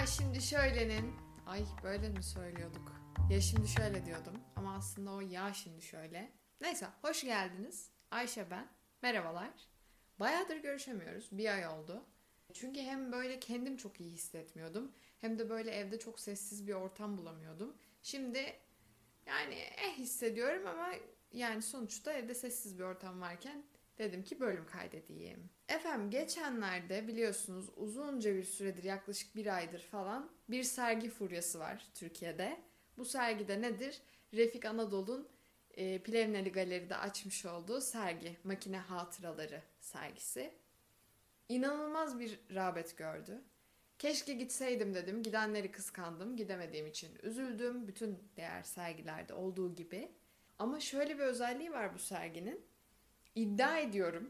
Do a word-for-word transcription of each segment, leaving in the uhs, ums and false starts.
Ya şimdi şöylenin... Ay böyle mi söylüyorduk? Ya şimdi şöyle diyordum ama aslında o ya şimdi şöyle. Neyse hoş geldiniz. Ayşe ben. Merhabalar. Bayağıdır görüşemiyoruz. Bir ay oldu. Çünkü hem böyle kendim çok iyi hissetmiyordum. Hem de böyle evde çok sessiz bir ortam bulamıyordum. Şimdi yani eh hissediyorum ama yani sonuçta evde sessiz bir ortam varken dedim ki bölüm kaydedeyim. Efendim geçenlerde biliyorsunuz uzunca bir süredir yaklaşık bir aydır falan bir sergi furyası var Türkiye'de. Bu sergide nedir? Refik Anadol'un e, Plevneli Galeri'de açmış olduğu sergi Makine Hatıraları sergisi. İnanılmaz bir rağbet gördü. Keşke gitseydim dedim. Gidenleri kıskandım. Gidemediğim için üzüldüm. Bütün diğer sergilerde olduğu gibi. Ama şöyle bir özelliği var bu serginin. İddia ediyorum.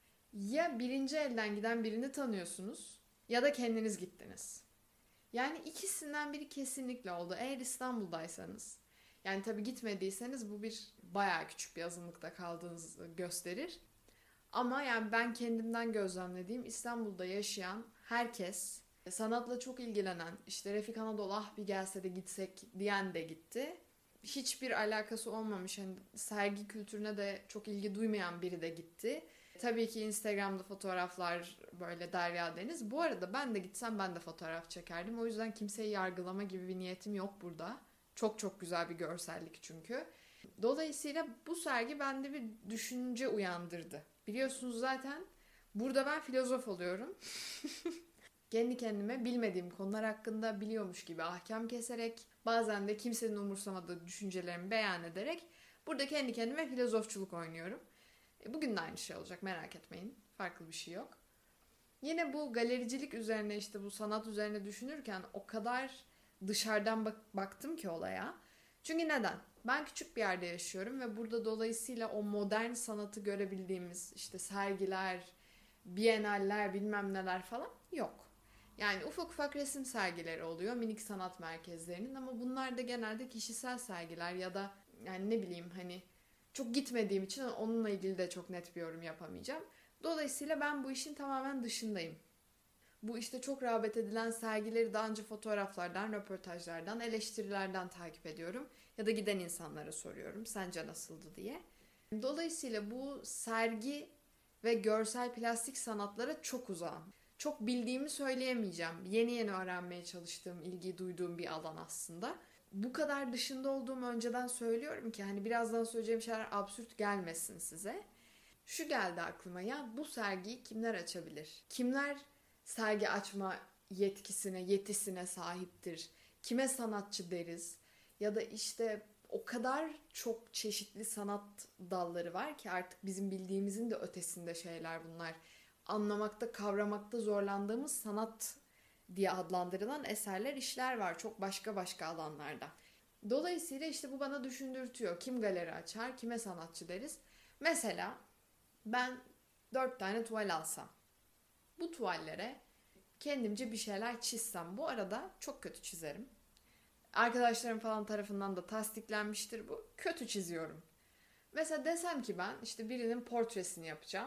Ya birinci elden giden birini tanıyorsunuz ya da kendiniz gittiniz. Yani ikisinden biri kesinlikle oldu. Eğer İstanbul'daysanız. Yani tabii gitmediyseniz bu bir bayağı küçük bir azınlıkta kaldığınızı gösterir. Ama yani ben kendimden gözlemlediğim İstanbul'da yaşayan herkes, sanatla çok ilgilenen, işte Refik Anadolu ah bir gelse de gitsek diyen de gitti. Hiçbir alakası olmamış, hani sergi kültürüne de çok ilgi duymayan biri de gitti. Tabii ki Instagram'da fotoğraflar böyle derya deniz. Bu arada ben de gitsem ben de fotoğraf çekerdim. O yüzden kimseyi yargılama gibi bir niyetim yok burada. Çok çok güzel bir görsellik çünkü. Dolayısıyla bu sergi bende bir düşünce uyandırdı. Biliyorsunuz zaten burada ben filozof oluyorum. Kendi kendime bilmediğim konular hakkında biliyormuş gibi ahkam keserek, bazen de kimsenin umursamadığı düşüncelerimi beyan ederek burada kendi kendime filozofçuluk oynuyorum. Bugün de aynı şey olacak, merak etmeyin. Farklı bir şey yok. Yine bu galericilik üzerine, işte bu sanat üzerine düşünürken o kadar dışarıdan bak- baktım ki olaya. Çünkü neden? Ben küçük bir yerde yaşıyorum ve burada dolayısıyla o modern sanatı görebildiğimiz işte sergiler, biyenaller, bilmem neler falan yok. Yani ufak ufak resim sergileri oluyor minik sanat merkezlerinin, ama bunlar da genelde kişisel sergiler ya da yani ne bileyim, hani çok gitmediğim için onunla ilgili de çok net bir yorum yapamayacağım. Dolayısıyla ben bu işin tamamen dışındayım. Bu işte çok rağbet edilen sergileri daha önce fotoğraflardan, röportajlardan, eleştirilerden takip ediyorum. Ya da giden insanlara soruyorum sence nasıldı diye. Dolayısıyla bu sergi ve görsel plastik sanatlara çok uzağım. Çok bildiğimi söyleyemeyeceğim. Yeni yeni öğrenmeye çalıştığım, ilgi duyduğum bir alan aslında. Bu kadar dışında olduğumu önceden söylüyorum ki hani birazdan söyleyeceğim şeyler absürt gelmesin size. Şu geldi aklıma, ya bu sergiyi kimler açabilir? Kimler sergi açma yetkisine, yetisine sahiptir? Kime sanatçı deriz? Ya da işte o kadar çok çeşitli sanat dalları var ki artık bizim bildiğimizin de ötesinde şeyler bunlar. Anlamakta, kavramakta zorlandığımız sanat diye adlandırılan eserler, işler var çok başka başka alanlarda. Dolayısıyla işte bu bana düşündürtüyor. Kim galeri açar, kime sanatçı deriz? Mesela ben dört tane tuval alsam, bu tuvallere kendimce bir şeyler çizsem, bu arada çok kötü çizerim. Arkadaşlarım falan tarafından da tasdiklenmiştir bu. Kötü çiziyorum. Mesela desem ki ben işte birinin portresini yapacağım.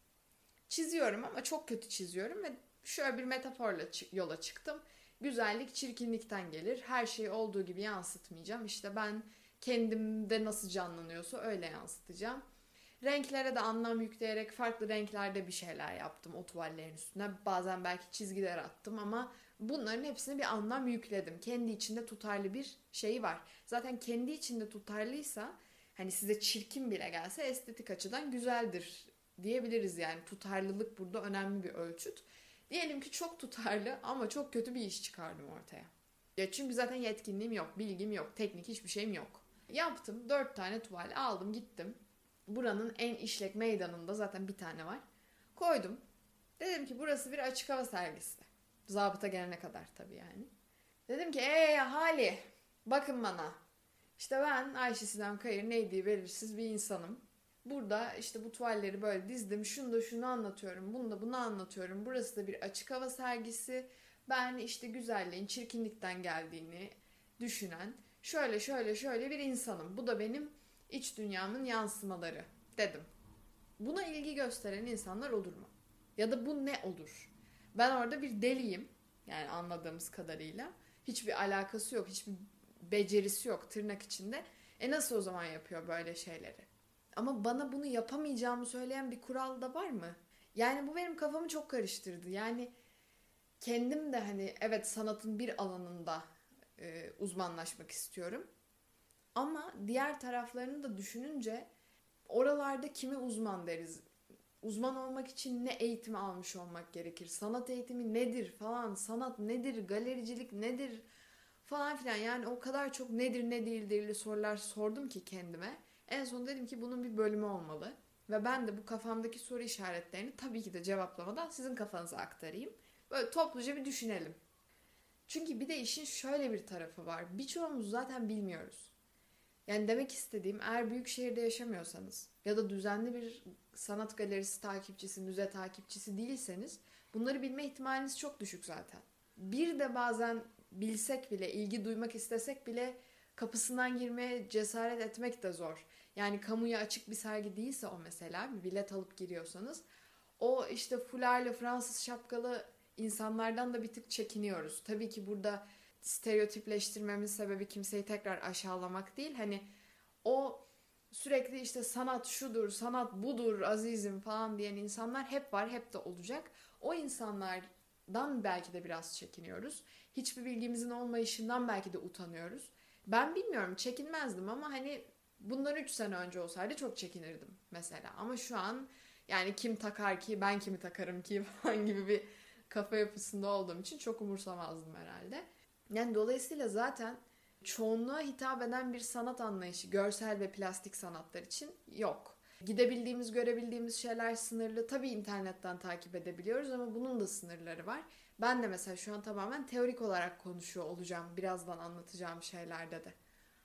Çiziyorum ama çok kötü çiziyorum ve şöyle bir metaforla yola çıktım. Güzellik çirkinlikten gelir. Her şeyi olduğu gibi yansıtmayacağım. İşte ben kendimde nasıl canlanıyorsa öyle yansıtacağım. Renklere de anlam yükleyerek farklı renklerde bir şeyler yaptım o tuvallerin üstüne. Bazen belki çizgiler attım ama bunların hepsine bir anlam yükledim. Kendi içinde tutarlı bir şeyi var. Zaten kendi içinde tutarlıysa hani size çirkin bile gelse estetik açıdan güzeldir diyebiliriz yani. Tutarlılık burada önemli bir ölçüt. Diyelim ki çok tutarlı ama çok kötü bir iş çıkardım ortaya. Ya çünkü zaten yetkinliğim yok, bilgim yok, teknik hiçbir şeyim yok. Yaptım, dört tane tuval aldım gittim. Buranın en işlek meydanında zaten bir tane var. Koydum. Dedim ki burası bir açık hava sergisi. Zabıta gelene kadar tabii yani. Dedim ki eee hali bakın bana. İşte ben Ayşe Sinem Kayır neydi belirsiz bir insanım. Burada işte bu tuvalleri böyle dizdim. Şunu da şunu anlatıyorum. Bunu da bunu anlatıyorum. Burası da bir açık hava sergisi. Ben işte güzelliğin çirkinlikten geldiğini düşünen şöyle şöyle şöyle bir insanım. Bu da benim iç dünyamın yansımaları dedim. Buna ilgi gösteren insanlar olur mu? Ya da bu ne olur? Ben orada bir deliyim. Yani anladığımız kadarıyla. Hiçbir alakası yok, hiçbir becerisi yok tırnak içinde. E nasıl o zaman yapıyor böyle şeyleri? Ama bana bunu yapamayacağımı söyleyen bir kural da var mı? Yani bu benim kafamı çok karıştırdı. Yani kendim de hani evet sanatın bir alanında e, uzmanlaşmak istiyorum. Ama diğer taraflarını da düşününce oralarda kimi uzman deriz? Uzman olmak için ne eğitimi almış olmak gerekir? Sanat eğitimi nedir falan? Sanat nedir? Galericilik nedir? Falan filan. Yani o kadar çok nedir ne değildirli sorular sordum ki kendime. En son dedim ki bunun bir bölümü olmalı. Ve ben de bu kafamdaki soru işaretlerini tabii ki de cevaplamadan sizin kafanıza aktarayım. Böyle topluca bir düşünelim. Çünkü bir de işin şöyle bir tarafı var. Birçoğumuz zaten bilmiyoruz. Yani demek istediğim eğer büyük şehirde yaşamıyorsanız ya da düzenli bir sanat galerisi takipçisi, müze takipçisi değilseniz bunları bilme ihtimaliniz çok düşük zaten. Bir de bazen bilsek bile, ilgi duymak istesek bile kapısından girmeye cesaret etmek de zor. Yani kamuya açık bir sergi değilse o mesela bir bilet alıp giriyorsanız o işte fularlı Fransız şapkalı insanlardan da bir tık çekiniyoruz. Tabii ki burada stereotipleştirmemin sebebi kimseyi tekrar aşağılamak değil. Hani o sürekli işte sanat şudur, sanat budur azizim falan diyen insanlar hep var, hep de olacak. O insanlardan belki de biraz çekiniyoruz. Hiçbir bilgimizin olmayışından belki de utanıyoruz. Ben bilmiyorum, çekinmezdim ama hani bundan üç sene önce olsaydı çok çekinirdim mesela. Ama şu an yani kim takar ki, ben kimi takarım ki falan gibi bir kafa yapısında olduğum için çok umursamazdım herhalde. Yani dolayısıyla zaten çoğunluğa hitap eden bir sanat anlayışı görsel ve plastik sanatlar için yok. Gidebildiğimiz, görebildiğimiz şeyler sınırlı. Tabii internetten takip edebiliyoruz ama bunun da sınırları var. Ben de mesela şu an tamamen teorik olarak konuşuyor olacağım birazdan anlatacağım şeylerde de.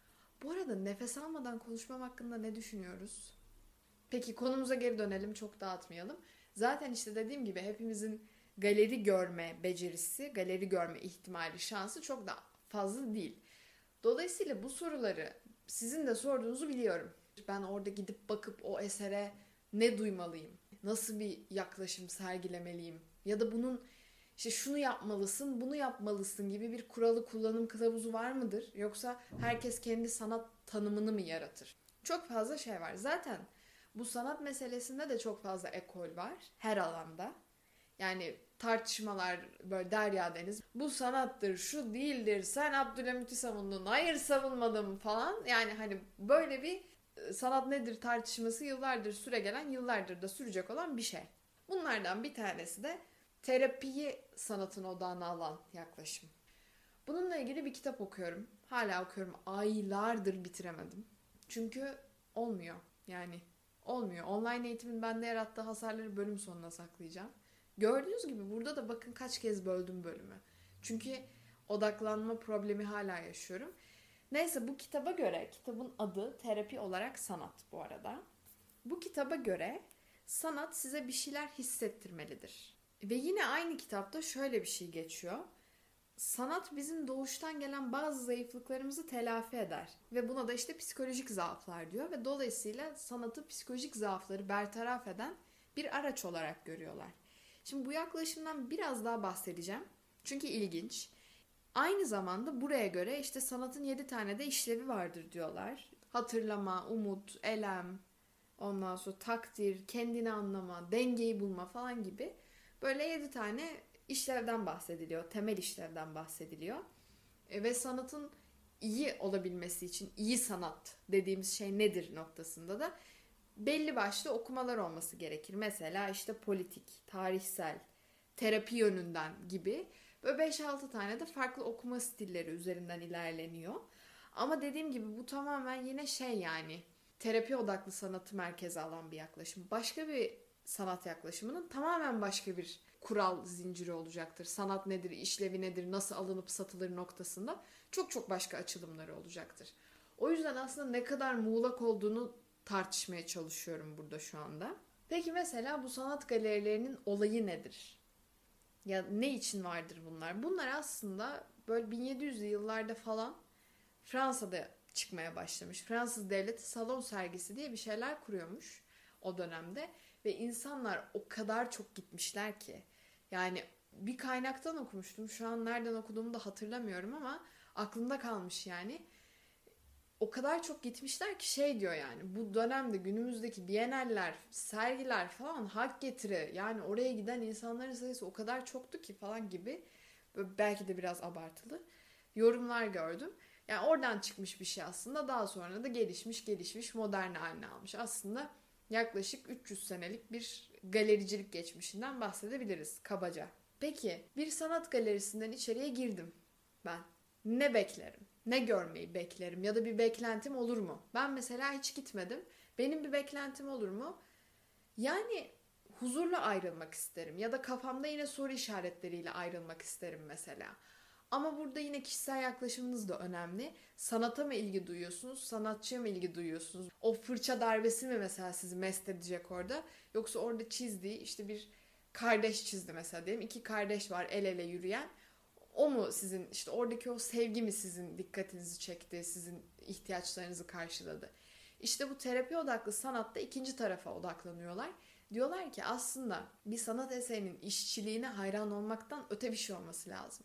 Bu arada nefes almadan konuşmam hakkında ne düşünüyoruz? Peki konumuza geri dönelim, çok dağıtmayalım. Zaten işte dediğim gibi hepimizin galeri görme becerisi, galeri görme ihtimali, şansı çok da fazla değil. Dolayısıyla bu soruları sizin de sorduğunuzu biliyorum. Ben orada gidip bakıp o esere ne duymalıyım? Nasıl bir yaklaşım sergilemeliyim? Ya da bunun işte şunu yapmalısın, bunu yapmalısın gibi bir kuralı, kullanım kılavuzu var mıdır? Yoksa herkes kendi sanat tanımını mı yaratır? Çok fazla şey var. Zaten bu sanat meselesinde de çok fazla ekol var her alanda. Yani tartışmalar böyle derya deniz. Bu sanattır, şu değildir. Sen Abdülhamit'i savundun, hayır savunmadım falan. Yani hani böyle bir e, sanat nedir tartışması yıllardır süregelen, yıllardır da sürecek olan bir şey. Bunlardan bir tanesi de terapiyi sanatın odağına alan yaklaşım. Bununla ilgili bir kitap okuyorum. Hala okuyorum. Aylardır bitiremedim. Çünkü olmuyor. Yani olmuyor. Online eğitimin bende yarattığı hasarları bölüm sonuna saklayacağım. Gördüğünüz gibi burada da bakın kaç kez böldüm bölümü. Çünkü odaklanma problemi hala yaşıyorum. Neyse bu kitaba göre, kitabın adı Terapi olarak Sanat bu arada. Bu kitaba göre sanat size bir şeyler hissettirmelidir. Ve yine aynı kitapta şöyle bir şey geçiyor. Sanat bizim doğuştan gelen bazı zayıflıklarımızı telafi eder. Ve buna da işte psikolojik zaaflar diyor. Ve dolayısıyla sanatı psikolojik zaafları bertaraf eden bir araç olarak görüyorlar. Şimdi bu yaklaşımdan biraz daha bahsedeceğim. Çünkü ilginç. Aynı zamanda buraya göre işte sanatın yedi tane de işlevi vardır diyorlar. Hatırlama, umut, elem, ondan sonra takdir, kendini anlama, dengeyi bulma falan gibi böyle yedi tane işlevden bahsediliyor. Temel işlevden bahsediliyor. E, ve sanatın iyi olabilmesi için iyi sanat dediğimiz şey nedir noktasında da belli başlı okumalar olması gerekir. Mesela işte politik, tarihsel, terapi yönünden gibi böyle beş altı tane de farklı okuma stilleri üzerinden ilerleniyor. Ama dediğim gibi bu tamamen yine şey yani terapi odaklı sanatı merkeze alan bir yaklaşım. Başka bir sanat yaklaşımının tamamen başka bir kural zinciri olacaktır. Sanat nedir, işlevi nedir, nasıl alınıp satılır noktasında çok çok başka açılımları olacaktır. O yüzden aslında ne kadar muğlak olduğunu tartışmaya çalışıyorum burada şu anda. Peki mesela bu sanat galerilerinin olayı nedir? Ya ne için vardır bunlar? Bunlar aslında böyle bin yedi yüzlü yıllarda falan Fransa'da çıkmaya başlamış. Fransız devleti salon sergisi diye bir şeyler kuruyormuş o dönemde. Ve insanlar o kadar çok gitmişler ki. Yani Bir kaynaktan okumuştum. Şu an nereden okuduğumu da hatırlamıyorum ama aklımda kalmış yani. O kadar çok gitmişler ki şey diyor yani, bu dönemde günümüzdeki biyeneller, sergiler falan hak getire. Yani oraya giden insanların sayısı o kadar çoktu ki falan gibi. Belki de biraz abartılı yorumlar gördüm. Yani oradan çıkmış bir şey aslında. Daha sonra da gelişmiş gelişmiş modern haline almış. Aslında yaklaşık üç yüz senelik bir galericilik geçmişinden bahsedebiliriz kabaca. Peki bir sanat galerisinden içeriye girdim ben. Ne beklerim? Ne görmeyi beklerim? Ya da bir beklentim olur mu? Ben mesela hiç gitmedim. Benim bir beklentim olur mu? Yani huzurla ayrılmak isterim. Ya da kafamda yine soru işaretleriyle ayrılmak isterim mesela. Ama burada yine kişisel yaklaşımınız da önemli. Sanata mı ilgi duyuyorsunuz? Sanatçıya mı ilgi duyuyorsunuz? O fırça darbesi mi mesela sizi mest edecek orada? Yoksa orada çizdiği işte bir kardeş çizdi mesela diyelim. İki kardeş var el ele yürüyen. O mu sizin işte oradaki o sevgi mi sizin dikkatinizi çekti, sizin ihtiyaçlarınızı karşıladı? İşte bu terapi odaklı sanatta ikinci tarafa odaklanıyorlar. Diyorlar ki aslında bir sanat eserinin işçiliğine hayran olmaktan öte bir şey olması lazım.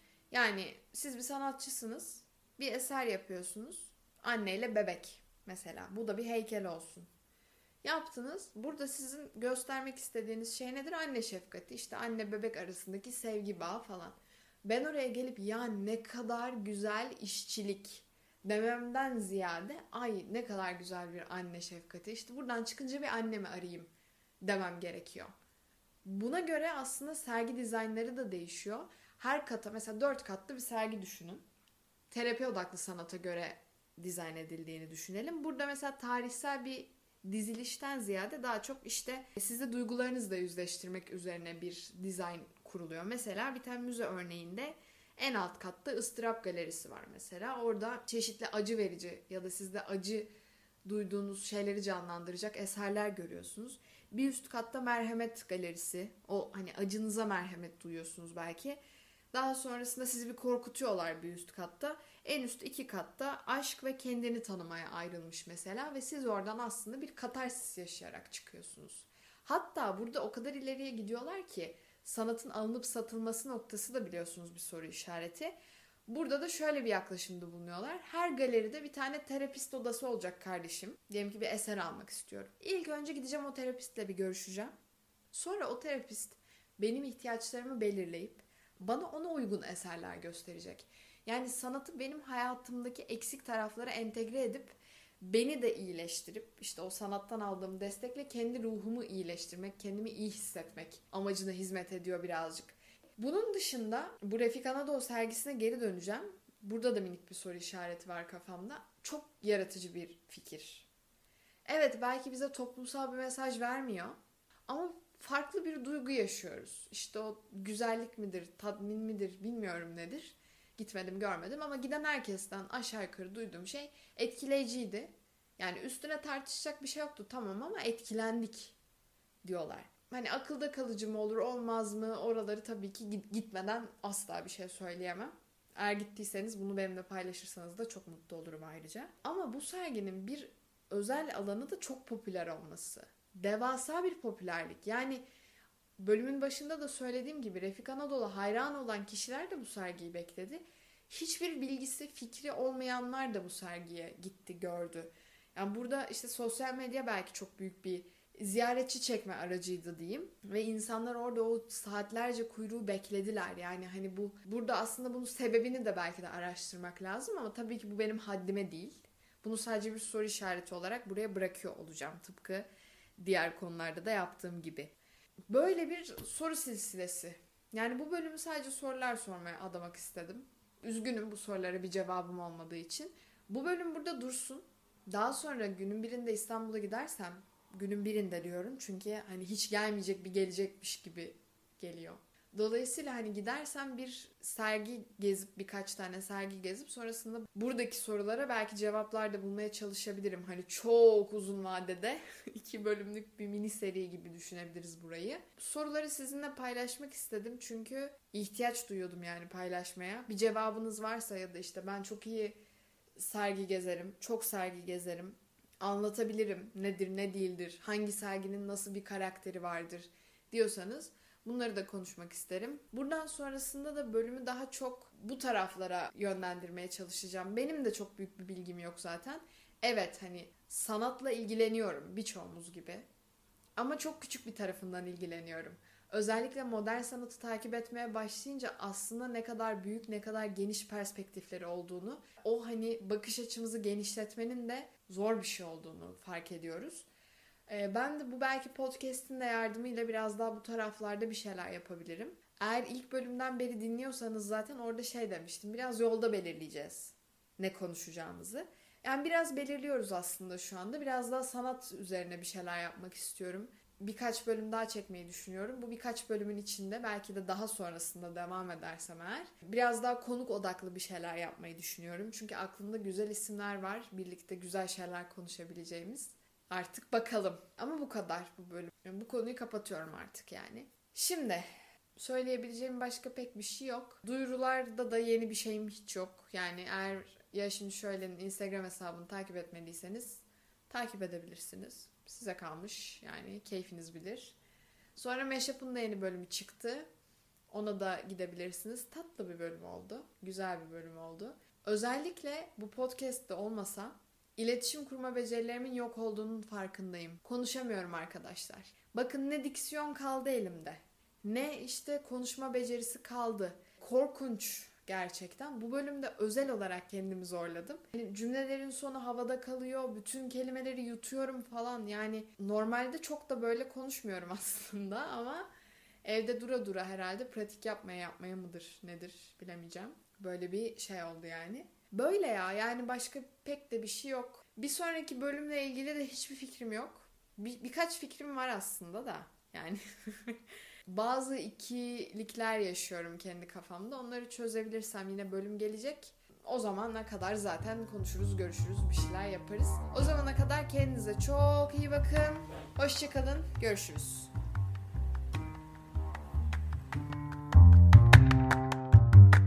Yani siz bir sanatçısınız, bir eser yapıyorsunuz. Anneyle bebek mesela. Bu da bir heykel olsun. Yaptınız. Burada sizin göstermek istediğiniz şey nedir? Anne şefkati. İşte anne bebek arasındaki sevgi bağı falan. Ben oraya gelip ya ne kadar güzel işçilik dememden ziyade ay ne kadar güzel bir anne şefkati. İşte buradan çıkınca bir annemi arayayım demem gerekiyor. Buna göre aslında sergi dizaynları da değişiyor. Her kata mesela dört katlı bir sergi düşünün. Terapi odaklı sanata göre dizayn edildiğini düşünelim. Burada mesela tarihsel bir dizilişten ziyade daha çok işte sizi duygularınızla yüzleştirmek üzerine bir dizayn kuruluyor. Mesela bir tane müze örneğinde en alt katta ıstırap galerisi var mesela. Orada çeşitli acı verici ya da sizde acı duyduğunuz şeyleri canlandıracak eserler görüyorsunuz. Bir üst katta merhamet galerisi. O hani acınıza merhamet duyuyorsunuz belki. Daha sonrasında sizi bir korkutuyorlar bir üst katta. En üst iki katta aşk ve kendini tanımaya ayrılmış mesela. Ve siz oradan aslında bir katarsis yaşayarak çıkıyorsunuz. Hatta burada o kadar ileriye gidiyorlar ki sanatın alınıp satılması noktası da biliyorsunuz bir soru işareti. Burada da şöyle bir yaklaşımda bulunuyorlar. Her galeride bir tane terapist odası olacak kardeşim. Diyelim ki bir eser almak istiyorum. İlk önce gideceğim o terapistle bir görüşeceğim. Sonra o terapist benim ihtiyaçlarımı belirleyip bana ona uygun eserler gösterecek. Yani sanatı benim hayatımdaki eksik taraflara entegre edip beni de iyileştirip işte o sanattan aldığım destekle kendi ruhumu iyileştirmek, kendimi iyi hissetmek amacına hizmet ediyor birazcık. Bunun dışında bu Refik Anadolu sergisine geri döneceğim. Burada da minik bir soru işareti var kafamda. Çok yaratıcı bir fikir. Evet belki bize toplumsal bir mesaj vermiyor. Ama farklı bir duygu yaşıyoruz. İşte o güzellik midir, tatmin midir bilmiyorum nedir. Gitmedim görmedim ama giden herkesten aşağı yukarı duyduğum şey etkileyiciydi. Yani üstüne tartışacak bir şey yoktu tamam ama etkilendik diyorlar. Hani akılda kalıcı mı olur olmaz mı oraları tabii ki gitmeden asla bir şey söyleyemem. Eğer gittiyseniz bunu benimle paylaşırsanız da çok mutlu olurum ayrıca. Ama bu serginin bir özel alanı da çok popüler olması. Devasa bir popülerlik. Yani bölümün başında da söylediğim gibi Refik Anadolu hayran olan kişiler de bu sergiyi bekledi. Hiçbir bilgisi, fikri olmayanlar da bu sergiye gitti, gördü. Yani burada işte sosyal medya belki çok büyük bir ziyaretçi çekme aracıydı diyeyim. Ve insanlar orada o saatlerce kuyruğu beklediler. Yani hani bu burada aslında bunun sebebini de belki de araştırmak lazım ama tabii ki bu benim haddime değil. Bunu sadece bir soru işareti olarak buraya bırakıyor olacağım tıpkı diğer konularda da yaptığım gibi. Böyle bir soru silsilesi. Yani bu bölümü sadece sorular sormaya adamak istedim. Üzgünüm bu sorulara bir cevabım olmadığı için. Bu bölüm burada dursun. Daha sonra günün birinde İstanbul'a gidersem, günün birinde diyorum çünkü hani hiç gelmeyecek bir gelecekmiş gibi geliyor. Dolayısıyla hani gidersem bir sergi gezip birkaç tane sergi gezip sonrasında buradaki sorulara belki cevaplar da bulmaya çalışabilirim. Hani çok uzun vadede iki bölümlük bir mini seri gibi düşünebiliriz burayı. Soruları sizinle paylaşmak istedim çünkü ihtiyaç duyuyordum yani paylaşmaya. Bir cevabınız varsa ya da işte ben çok iyi sergi gezerim, çok sergi gezerim, anlatabilirim nedir ne değildir, hangi serginin nasıl bir karakteri vardır diyorsanız Bunları da konuşmak isterim. Buradan sonrasında da bölümü daha çok bu taraflara yönlendirmeye çalışacağım. Benim de çok büyük bir bilgim yok zaten. Evet, hani sanatla ilgileniyorum birçoğumuz gibi. Ama çok küçük bir tarafından ilgileniyorum. Özellikle modern sanatı takip etmeye başlayınca aslında ne kadar büyük, ne kadar geniş perspektifleri olduğunu, o hani bakış açımızı genişletmenin de zor bir şey olduğunu fark ediyoruz. Ben de bu belki podcast'in de yardımıyla biraz daha bu taraflarda bir şeyler yapabilirim. Eğer ilk bölümden beri dinliyorsanız zaten orada şey demiştim. Biraz yolda belirleyeceğiz ne konuşacağımızı. Yani biraz belirliyoruz aslında şu anda. Biraz daha sanat üzerine bir şeyler yapmak istiyorum. Birkaç bölüm daha çekmeyi düşünüyorum. Bu birkaç bölümün içinde belki de daha sonrasında devam edersem eğer biraz daha konuk odaklı bir şeyler yapmayı düşünüyorum. Çünkü aklımda güzel isimler var. Birlikte güzel şeyler konuşabileceğimiz. Artık bakalım. Ama bu kadar bu bölüm. Yani bu konuyu kapatıyorum artık yani. Şimdi söyleyebileceğim başka pek bir şey yok. Duyurularda da yeni bir şeyim hiç yok. Yani eğer ya şimdi şöyle'nin Instagram hesabını takip etmediyseniz takip edebilirsiniz. Size kalmış yani, keyfiniz bilir. Sonra Meşap'ın da yeni bölümü çıktı. Ona da gidebilirsiniz. Tatlı bir bölüm oldu. Güzel bir bölüm oldu. Özellikle bu podcast'te olmasa İletişim kurma becerilerimin yok olduğunun farkındayım. Konuşamıyorum arkadaşlar. Bakın, ne diksiyon kaldı elimde, ne işte konuşma becerisi kaldı. Korkunç gerçekten. Bu bölümde özel olarak kendimi zorladım. Yani cümlelerin sonu havada kalıyor, bütün kelimeleri yutuyorum falan. Yani normalde çok da böyle konuşmuyorum aslında ama evde dura dura herhalde pratik yapmaya yapmaya mıdır nedir bilemeyeceğim. Böyle bir şey oldu yani. Böyle ya, yani başka pek de bir şey yok. Bir sonraki bölümle ilgili de hiçbir fikrim yok. Bir, birkaç fikrim var aslında da. Yani bazı ikilikler yaşıyorum kendi kafamda. Onları çözebilirsem yine bölüm gelecek. O zamana kadar zaten konuşuruz, görüşürüz, bir şeyler yaparız. O zamana kadar kendinize çok iyi bakın. Hoşça kalın, görüşürüz.